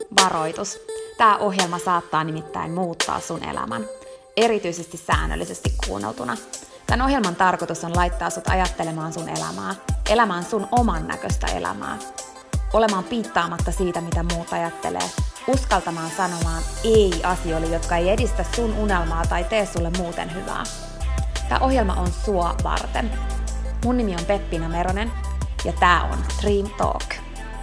Varoitus. Tämä ohjelma saattaa nimittäin muuttaa sun elämän, erityisesti säännöllisesti kuunneltuna. Tämän ohjelman tarkoitus on laittaa sut ajattelemaan sun elämää, elämään sun oman näköistä elämää, olemaan piittaamatta siitä, mitä muut ajattelee, uskaltamaan sanomaan ei asioille, jotka ei edistä sun unelmaa tai tee sulle muuten hyvää. Tämä ohjelma on sua varten. Mun nimi on Peppina Meronen ja tää on Dream Talk.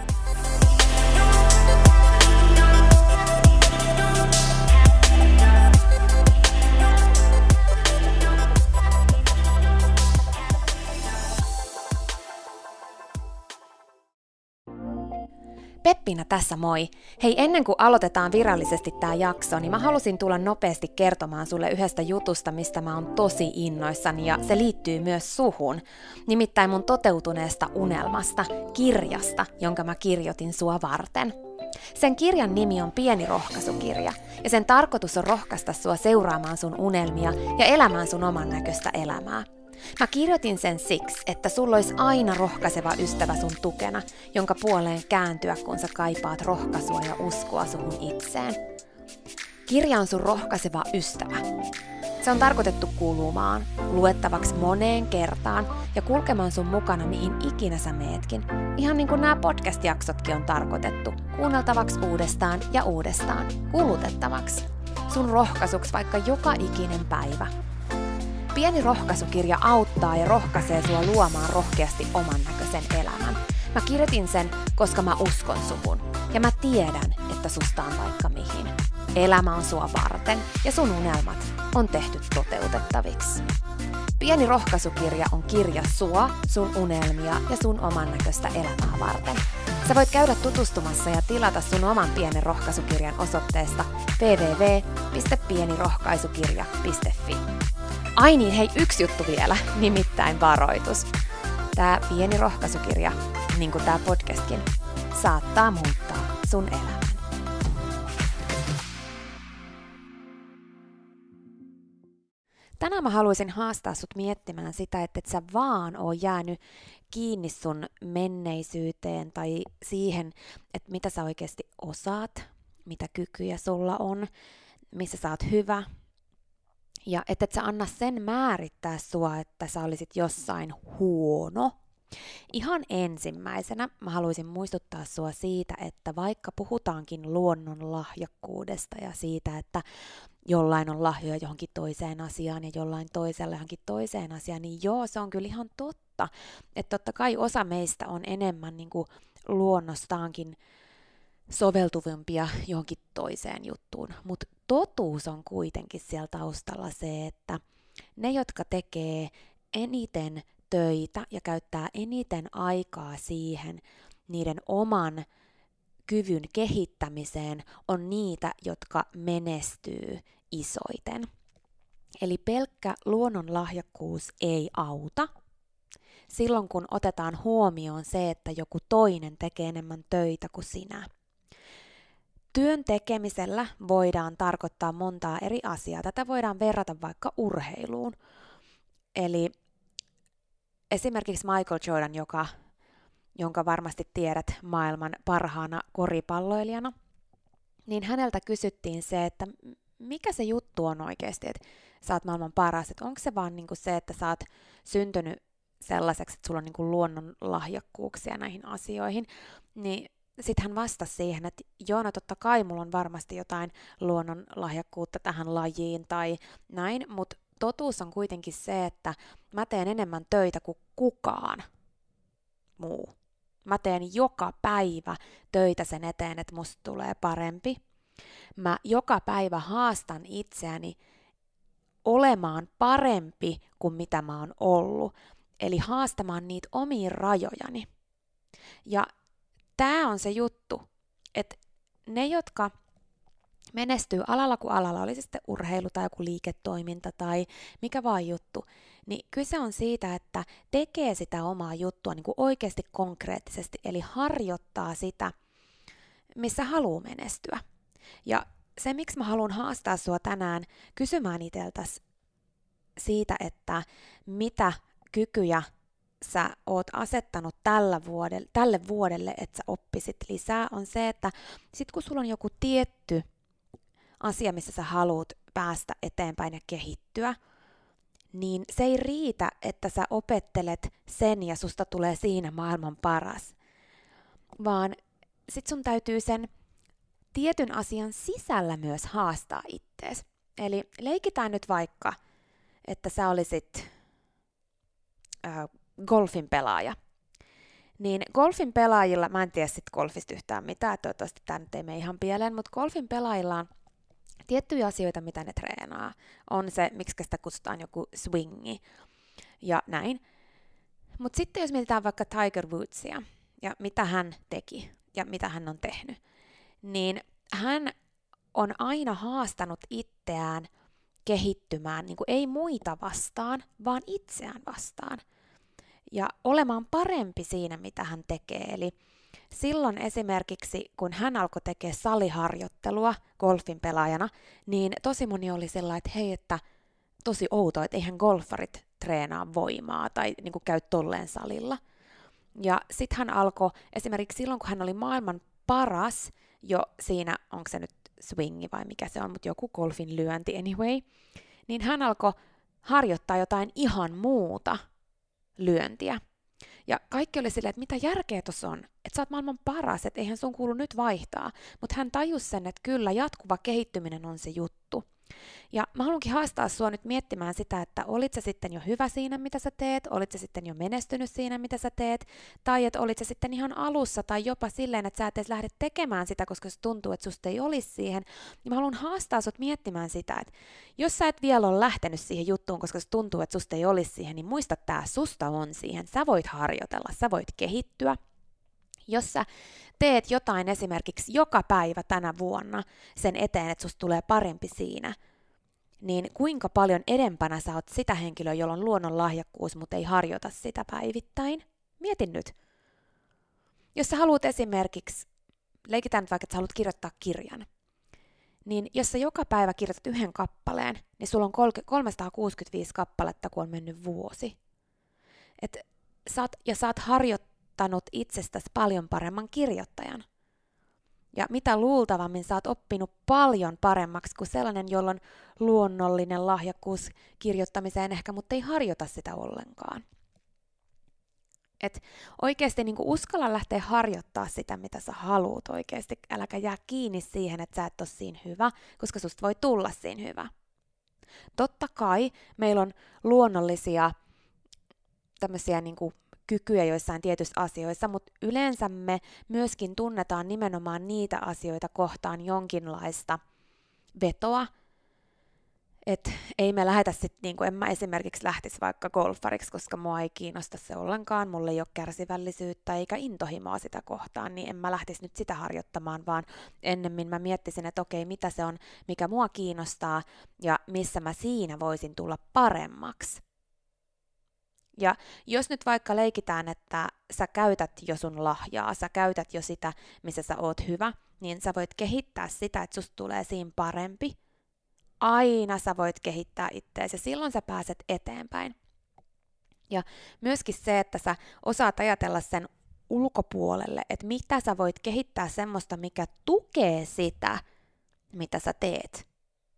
Peppina tässä moi! Hei, ennen kuin aloitetaan virallisesti tää jakso, niin mä halusin tulla nopeasti kertomaan sulle yhdestä jutusta, mistä mä oon tosi innoissani ja se liittyy myös suhun. Nimittäin mun toteutuneesta unelmasta, kirjasta, jonka mä kirjoitin sua varten. Sen kirjan nimi on Pieni rohkaisukirja ja sen tarkoitus on rohkaista sua seuraamaan sun unelmia ja elämään sun oman näköistä elämää. Mä kirjoitin sen siksi, että sulla olisi aina rohkaiseva ystävä sun tukena, jonka puoleen kääntyä, kun sä kaipaat rohkaisua ja uskoa suhun itseen. Kirja on sun rohkaiseva ystävä. Se on tarkoitettu kuulumaan, luettavaksi moneen kertaan ja kulkemaan sun mukana mihin ikinä sä meetkin. Ihan niin kuin nämä podcast-jaksotkin on tarkoitettu, kuunneltavaksi uudestaan ja uudestaan, kulutettavaksi. Sun rohkaisuksi vaikka joka ikinen päivä. Pieni rohkaisukirja auttaa ja rohkaisee sua luomaan rohkeasti oman näköisen elämän. Mä kirjoitin sen, koska mä uskon suhun. Ja mä tiedän, että susta on vaikka mihin. Elämä on sua varten ja sun unelmat on tehty toteutettaviksi. Pieni rohkaisukirja on kirja sua, sun unelmia ja sun oman näköistä elämää varten. Sä voit käydä tutustumassa ja tilata sun oman pienen rohkaisukirjan osoitteesta www.pienirohkaisukirja.fi. Ai niin, hei, yksi juttu vielä, nimittäin varoitus. Tää pieni rohkaisukirja, niin kuin tää podcastkin, saattaa muuttaa sun elämän. Tänään mä haluaisin haastaa sut miettimään sitä, että et sä vaan oo jäänyt kiinni sun menneisyyteen tai siihen, että mitä sä oikeasti osaat, mitä kykyjä sulla on, missä sä oot hyvä. Ja että et sä anna sen määrittää sua, että sä olisit jossain huono. Ihan ensimmäisenä mä haluaisin muistuttaa sua siitä, että vaikka puhutaankin luonnon lahjakkuudesta ja siitä, että jollain on lahjoja johonkin toiseen asiaan ja jollain toisella johonkin toiseen asiaan, niin joo, se on kyllä ihan totta. Että totta kai osa meistä on enemmän niin kuin luonnostaankin soveltuvimpia johonkin toiseen juttuun, mutta totuus on kuitenkin siellä taustalla se, että ne, jotka tekee eniten töitä ja käyttää eniten aikaa siihen niiden oman kyvyn kehittämiseen, on niitä, jotka menestyy isoiten. Eli pelkkä luonnonlahjakkuus ei auta. Silloin kun otetaan huomioon se, että joku toinen tekee enemmän töitä kuin sinä. Työn tekemisellä voidaan tarkoittaa montaa eri asiaa. Tätä voidaan verrata vaikka urheiluun. Eli esimerkiksi Michael Jordan, jonka varmasti tiedät maailman parhaana koripalloilijana, niin häneltä kysyttiin se, että mikä se juttu on oikeasti, että sä oot maailman paras. Että onko se vaan niinku se, että sä oot syntynyt sellaiseksi, että sulla on niinku luonnon lahjakkuuksia näihin asioihin, niin sitten hän vastasi siihen, että joo, no totta kai mulla on varmasti jotain luonnon lahjakkuutta tähän lajiin tai näin, mutta totuus on kuitenkin se, että mä teen enemmän töitä kuin kukaan muu. Mä teen joka päivä töitä sen eteen, että musta tulee parempi. Mä joka päivä haastan itseäni olemaan parempi kuin mitä mä oon ollut, eli haastamaan niitä omiin rajojani. Ja tämä on se juttu, että ne, jotka menestyy alalla kuin alalla, oli se sitten urheilu tai joku liiketoiminta tai mikä vaan juttu, niin kyse on siitä, että tekee sitä omaa juttua niin kuin oikeasti konkreettisesti, eli harjoittaa sitä, missä haluaa menestyä. Ja se, miksi mä haluan haastaa sua tänään kysymään itseltäsi siitä, että mitä kykyjä sä oot asettanut tälle vuodelle, että sä oppisit lisää, on se, että sit kun sulla on joku tietty asia, missä sä haluat päästä eteenpäin ja kehittyä, niin se ei riitä, että sä opettelet sen ja susta tulee siinä maailman paras, vaan sit sun täytyy sen tietyn asian sisällä myös haastaa ittees. Eli leikitään nyt vaikka, että sä olisit golfin pelaaja. Niin golfin pelaajilla, mä en tiedä sit golfista yhtään mitään, toivottavasti tämä nyt ei mene ihan pieleen, mutta golfin pelaajilla on tiettyjä asioita, mitä ne treenaa. On se, miksi sitä kutsutaan joku swingi ja näin. Mutta sitten jos mietitään vaikka Tiger Woodsia ja mitä hän teki ja mitä hän on tehnyt, niin hän on aina haastanut itseään kehittymään, niin kuin ei muita vastaan, vaan itseään vastaan. Ja olemaan parempi siinä, mitä hän tekee. Eli silloin esimerkiksi, kun hän alkoi tekemään saliharjoittelua golfin pelaajana, niin tosi moni oli sellainen, että hei, että tosi outoa, että eihän golfarit treenaa voimaa tai niin kuin käy tolleen salilla. Ja sitten hän alkoi, esimerkiksi silloin, kun hän oli maailman paras jo siinä, onko se nyt swingi vai mikä se on, mutta joku golfin lyönti anyway, niin hän alkoi harjoittaa jotain ihan muuta lyöntiä. Ja kaikki oli silleen, että mitä järkeä tuossa on, että sä oot maailman paras, että eihän sun kuulu nyt vaihtaa. Mutta hän tajusi sen, että kyllä jatkuva kehittyminen on se juttu. Ja mä haluankin haastaa sua nyt miettimään sitä, että olit sä sitten jo hyvä siinä, mitä sä teet, olit sä sitten jo menestynyt siinä, mitä sä teet, tai että olit sä sitten ihan alussa, tai jopa silleen, että sä et edes lähde tekemään sitä, koska se tuntuu, että susta ei olisi siihen. Ja mä haluan haastaa sut miettimään sitä, että jos sä et vielä ole lähtenyt siihen juttuun, koska se tuntuu, että susta ei olisi siihen, niin muista tää, susta on siihen. Sä voit harjoitella, sä voit kehittyä. Jos sä teet jotain esimerkiksi joka päivä tänä vuonna sen eteen, että susta tulee parempi siinä, niin kuinka paljon edempänä sä oot sitä henkilöä, jolla on luonnonlahjakkuus, mutta ei harjoita sitä päivittäin? Mietin nyt. Jos sä haluat esimerkiksi, leikitään nyt vaikka, että sä haluat kirjoittaa kirjan, niin jos sä joka päivä kirjoitat yhden kappaleen, niin sulla on 365 kappaletta, kun on mennyt vuosi. Sä oot harjoittanut itsestäsi paljon paremman kirjoittajan. Ja mitä luultavammin sä oot oppinut paljon paremmaksi kuin sellainen, jolla on luonnollinen lahjakkuus kirjoittamiseen ehkä, mutta ei harjoita sitä ollenkaan. Et oikeasti niin uskalla lähteä harjoittaa sitä, mitä sä haluut oikeasti. Äläkä jää kiinni siihen, että sä et ole siinä hyvä, koska susta voi tulla siinä hyvä. Totta kai meillä on luonnollisia tämmöisiä niin kykyjä joissain tietyissä asioissa, mutta yleensä me myöskin tunnetaan nimenomaan niitä asioita kohtaan jonkinlaista vetoa, että ei me lähetä sitten, niin en mä esimerkiksi lähtisi vaikka golfariksi, koska mua ei kiinnosta se ollenkaan, mulla ei ole kärsivällisyyttä eikä intohimoa sitä kohtaan, niin en mä lähtisi nyt sitä harjoittamaan, vaan ennemmin mä miettisin, että okei, mitä se on, mikä mua kiinnostaa ja missä mä siinä voisin tulla paremmaksi. Ja jos nyt vaikka leikitään, että sä käytät jo sun lahjaa, sä käytät jo sitä, missä sä oot hyvä, niin sä voit kehittää sitä, että susta tulee siinä parempi. Aina sä voit kehittää itseäsi ja silloin sä pääset eteenpäin. Ja myöskin se, että sä osaat ajatella sen ulkopuolelle, että mitä sä voit kehittää semmoista, mikä tukee sitä, mitä sä teet.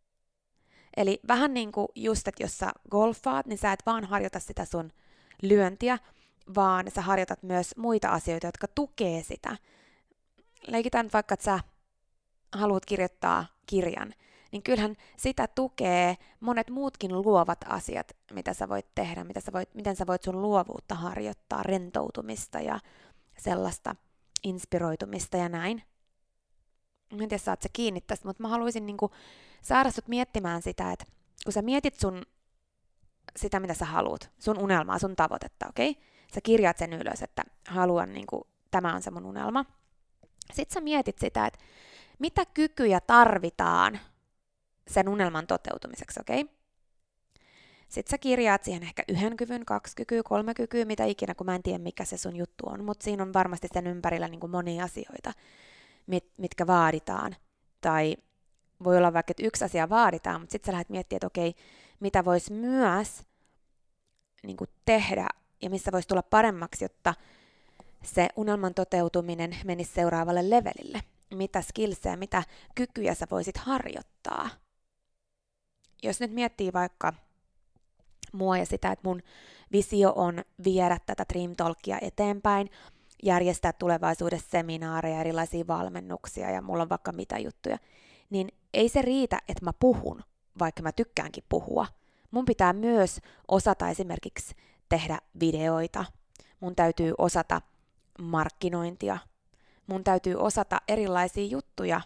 Eli vähän niin kuin just, että jos sä golfaat, niin sä et vaan harjoita sitä sun lyöntiä, vaan sä harjoitat myös muita asioita, jotka tukee sitä. Leikitään nyt vaikka, että sä haluat kirjoittaa kirjan, niin kyllähän sitä tukee monet muutkin luovat asiat, mitä sä voit tehdä, miten sä voit sun luovuutta harjoittaa, rentoutumista ja sellaista inspiroitumista ja näin. Mä en tiedä, saat sä kiinni tästä, mutta mä haluaisin niinku saada sut miettimään sitä, että kun sä mietit sitä, mitä sä haluat, sun unelmaa, sun tavoitetta, okei? Sä kirjaat sen ylös, että haluan, tämä on se mun unelma. Sitten sä mietit sitä, että mitä kykyjä tarvitaan sen unelman toteutumiseksi, okei? Sitten sä kirjaat siihen ehkä 1 kyvyn, 2 kykyä, 3 kykyä, mitä ikinä, kun mä en tiedä, mikä se sun juttu on, mutta siinä on varmasti sen ympärillä monia asioita, mitkä vaaditaan. Tai voi olla vaikka, että yksi asia vaaditaan, mutta sitten sä lähdet miettimään, että okei, mitä voisi myös tehdä ja missä voisi tulla paremmaksi, jotta se unelman toteutuminen menisi seuraavalle levelille. Mitä skillsejä, mitä kykyjä sä voisit harjoittaa. Jos nyt miettii vaikka mua ja sitä, että mun visio on viedä tätä Dream Talkia eteenpäin, järjestää tulevaisuudessa seminaareja, erilaisia valmennuksia ja mulla on vaikka mitä juttuja, niin ei se riitä, että mä puhun, vaikka mä tykkäänkin puhua. Mun pitää myös osata esimerkiksi tehdä videoita, mun täytyy osata markkinointia, mun täytyy osata erilaisia juttuja,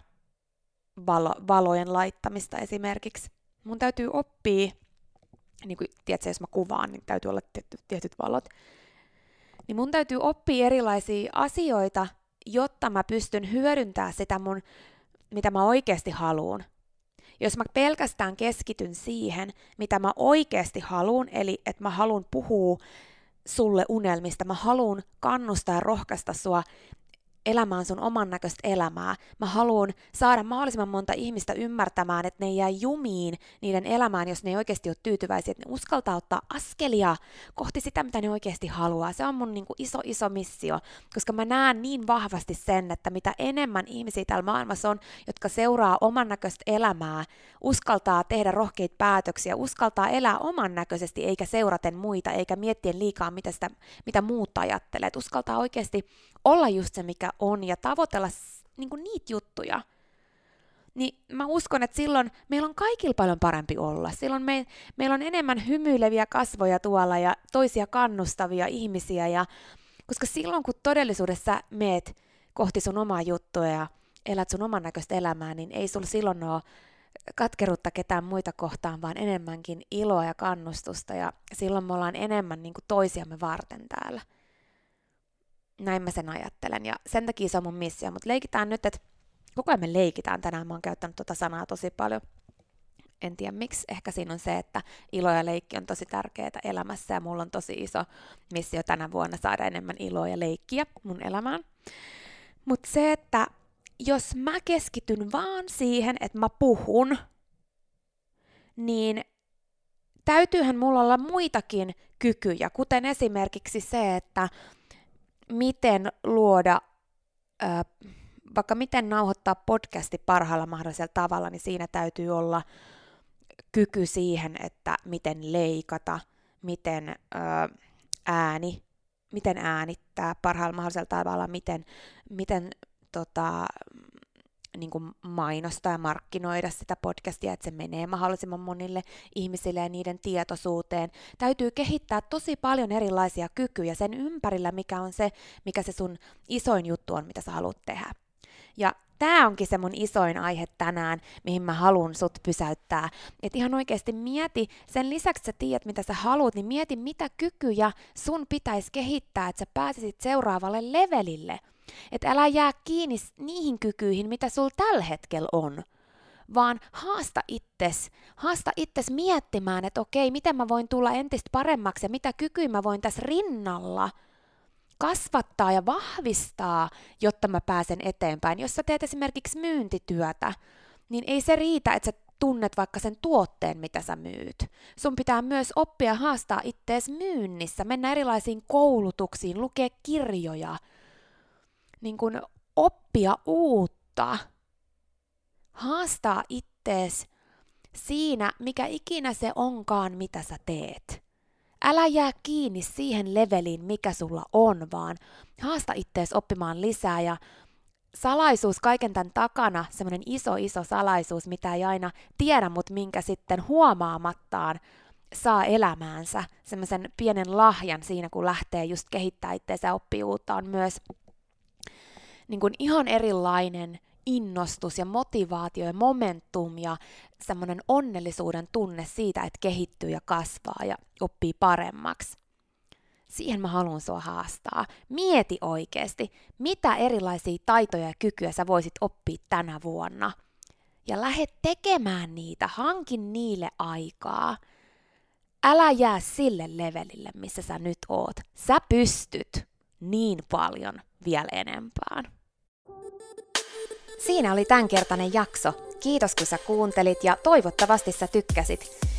valojen laittamista esimerkiksi. Mun täytyy oppia, niin kuin tiedätkö, jos mä kuvaan, niin täytyy olla tietyt valot. Niin mun täytyy oppia erilaisia asioita, jotta mä pystyn hyödyntämään sitä mitä mä oikeasti haluan. Jos mä pelkästään keskityn siihen, mitä mä oikeasti haluan, eli että mä haluan puhua sulle unelmista, mä haluan kannustaa ja rohkaista sua elämään sun oman näköistä elämää. Mä haluan saada mahdollisimman monta ihmistä ymmärtämään, että ne ei jää jumiin niiden elämään, jos ne ei oikeasti ole tyytyväisiä, että ne uskaltaa ottaa askelia kohti sitä, mitä ne oikeasti haluaa. Se on mun iso missio, koska mä näen niin vahvasti sen, että mitä enemmän ihmisiä täällä maailmassa on, jotka seuraa oman näköistä elämää, uskaltaa tehdä rohkeita päätöksiä, uskaltaa elää oman näköisesti, eikä seuraten muita, eikä miettien liikaa, mitä muut ajattelee. Et uskaltaa oikeasti olla just se, mikä on, ja tavoitella niitä juttuja, niin mä uskon, että silloin meillä on kaikilla paljon parempi olla. Silloin meillä on enemmän hymyileviä kasvoja tuolla ja toisia kannustavia ihmisiä, koska silloin, kun todellisuudessa meet kohti sun omaa juttua ja elät sun oman näköistä elämää, niin ei sulla silloin ole katkeruutta ketään muita kohtaan, vaan enemmänkin iloa ja kannustusta, ja silloin me ollaan enemmän toisiamme varten täällä. Näin mä sen ajattelen, ja sen takia se on mun missio, mutta leikitään nyt, että koko ajan me leikitään tänään, mä oon käyttänyt tuota sanaa tosi paljon. En tiedä miksi, ehkä siinä on se, että ilo ja leikki on tosi tärkeää elämässä, ja mulla on tosi iso missio tänä vuonna saada enemmän iloa ja leikkiä mun elämään. Mutta se, että jos mä keskityn vaan siihen, että mä puhun, niin täytyyhän mulla olla muitakin kykyjä, kuten esimerkiksi se, että miten luoda, vaikka miten nauhoittaa podcasti parhaalla mahdollisella tavalla, niin siinä täytyy olla kyky siihen, että miten leikata, miten äänittää parhaalla mahdollisella tavalla, miten niin kuin mainostaa ja markkinoida sitä podcastia, että se menee mahdollisimman monille ihmisille ja niiden tietoisuuteen. Täytyy kehittää tosi paljon erilaisia kykyjä sen ympärillä, mikä se sun isoin juttu on, mitä sä haluat tehdä. Ja tää onkin se mun isoin aihe tänään, mihin mä haluan sut pysäyttää. Et ihan oikeasti mieti, sen lisäksi sä tiedät, mitä sä haluat, niin mieti, mitä kykyjä sun pitäisi kehittää, että sä pääsisit seuraavalle levelille. Että älä jää kiinni niihin kykyihin, mitä sul tällä hetkellä on, vaan haasta itses miettimään, että okei, miten mä voin tulla entistä paremmaksi ja mitä kykyjä mä voin tässä rinnalla kasvattaa ja vahvistaa, jotta mä pääsen eteenpäin. Jos sä teet esimerkiksi myyntityötä, niin ei se riitä, että sä tunnet vaikka sen tuotteen, mitä sä myyt. Sun pitää myös oppia haastaa ittees myynnissä, mennä erilaisiin koulutuksiin, lukea kirjoja, niin kun oppia uutta, haastaa ittees siinä, mikä ikinä se onkaan, mitä sä teet. Älä jää kiinni siihen leveliin, mikä sulla on, vaan haasta ittees oppimaan lisää, ja salaisuus kaiken tämän takana, semmoinen iso salaisuus, mitä ei aina tiedä, mutta minkä sitten huomaamattaan saa elämäänsä, semmoisen pienen lahjan siinä, kun lähtee just kehittää itseensä ja oppii uutta, on myös niin kuin ihan erilainen innostus ja motivaatio ja momentum ja semmoinen onnellisuuden tunne siitä, että kehittyy ja kasvaa ja oppii paremmaksi. Siihen mä haluan sua haastaa. Mieti oikeasti, mitä erilaisia taitoja ja kykyjä sä voisit oppia tänä vuonna. Ja lähde tekemään niitä, hankin niille aikaa. Älä jää sille levelille, missä sä nyt oot. Sä pystyt niin paljon vielä enempään. Siinä oli tämänkertainen jakso. Kiitos kun sä kuuntelit ja toivottavasti sä tykkäsit.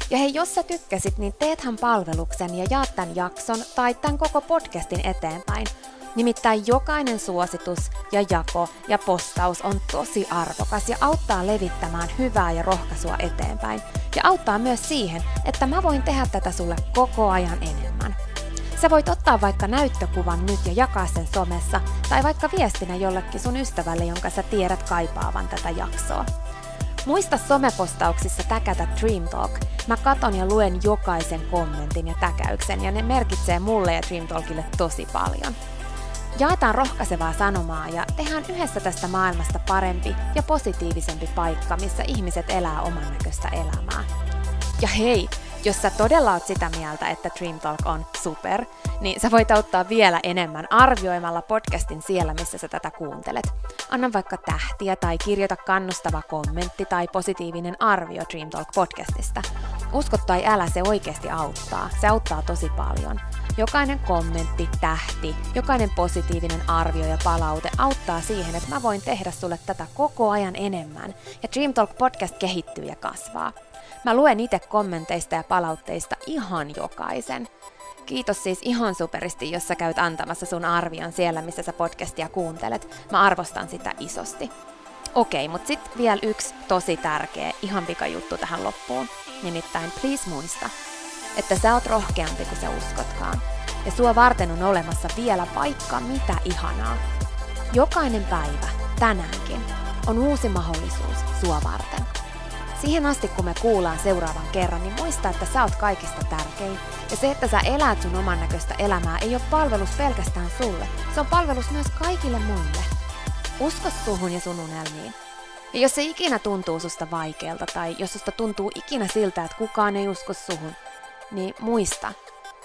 Ja hei, jos sä tykkäsit, niin teethän palveluksen ja jaat tämän jakson tai tämän koko podcastin eteenpäin. Nimittäin jokainen suositus ja jako ja postaus on tosi arvokas ja auttaa levittämään hyvää ja rohkaisua eteenpäin. Ja auttaa myös siihen, että mä voin tehdä tätä sulle koko ajan enemmän. Sä voit ottaa vaikka näyttökuvan nyt ja jakaa sen somessa, tai vaikka viestinä jollekin sun ystävälle, jonka sä tiedät kaipaavan tätä jaksoa. Muista somepostauksissa täkätä Dream Talk. Mä katon ja luen jokaisen kommentin ja täkäyksen, ja ne merkitsee mulle ja Dream Talkille tosi paljon. Jaetaan rohkaisevaa sanomaa ja tehdään yhdessä tästä maailmasta parempi ja positiivisempi paikka, missä ihmiset elää oman näköistä elämää. Ja hei, jos sä todella oot sitä mieltä, että Dream Talk on super, niin sä voit auttaa vielä enemmän arvioimalla podcastin siellä, missä sä tätä kuuntelet. Anna vaikka tähtiä tai kirjoita kannustava kommentti tai positiivinen arvio Dream Talk podcastista. Usko tai älä, se oikeasti auttaa. Se auttaa tosi paljon. Jokainen kommentti, tähti, jokainen positiivinen arvio ja palaute auttaa siihen, että mä voin tehdä sulle tätä koko ajan enemmän. Ja Dream Talk podcast kehittyy ja kasvaa. Mä luen itse kommenteista ja palautteista ihan jokaisen. Kiitos siis ihan superisti, jos sä käyt antamassa sun arvion siellä, missä sä podcastia kuuntelet. Mä arvostan sitä isosti. Okei, mut sit vielä yksi tosi tärkeä, ihan pikajuttu tähän loppuun. Nimittäin please muista, että sä oot rohkeampi kuin sä uskotkaan. Ja sua varten on olemassa vielä vaikka mitä ihanaa. Jokainen päivä, tänäänkin, on uusi mahdollisuus sua varten. Siihen asti, kun me kuullaan seuraavan kerran, niin muista, että sä oot kaikista tärkein. Ja se, että sä elät sun oman näköistä elämää, ei ole palvelus pelkästään sulle. Se on palvelus myös kaikille muille. Usko suhun ja sun unelmiin. Ja jos se ikinä tuntuu susta vaikealta, tai jos susta tuntuu ikinä siltä, että kukaan ei usko suhun, niin muista,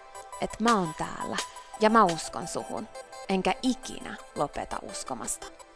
että mä oon täällä. Ja mä uskon suhun. Enkä ikinä lopeta uskomasta.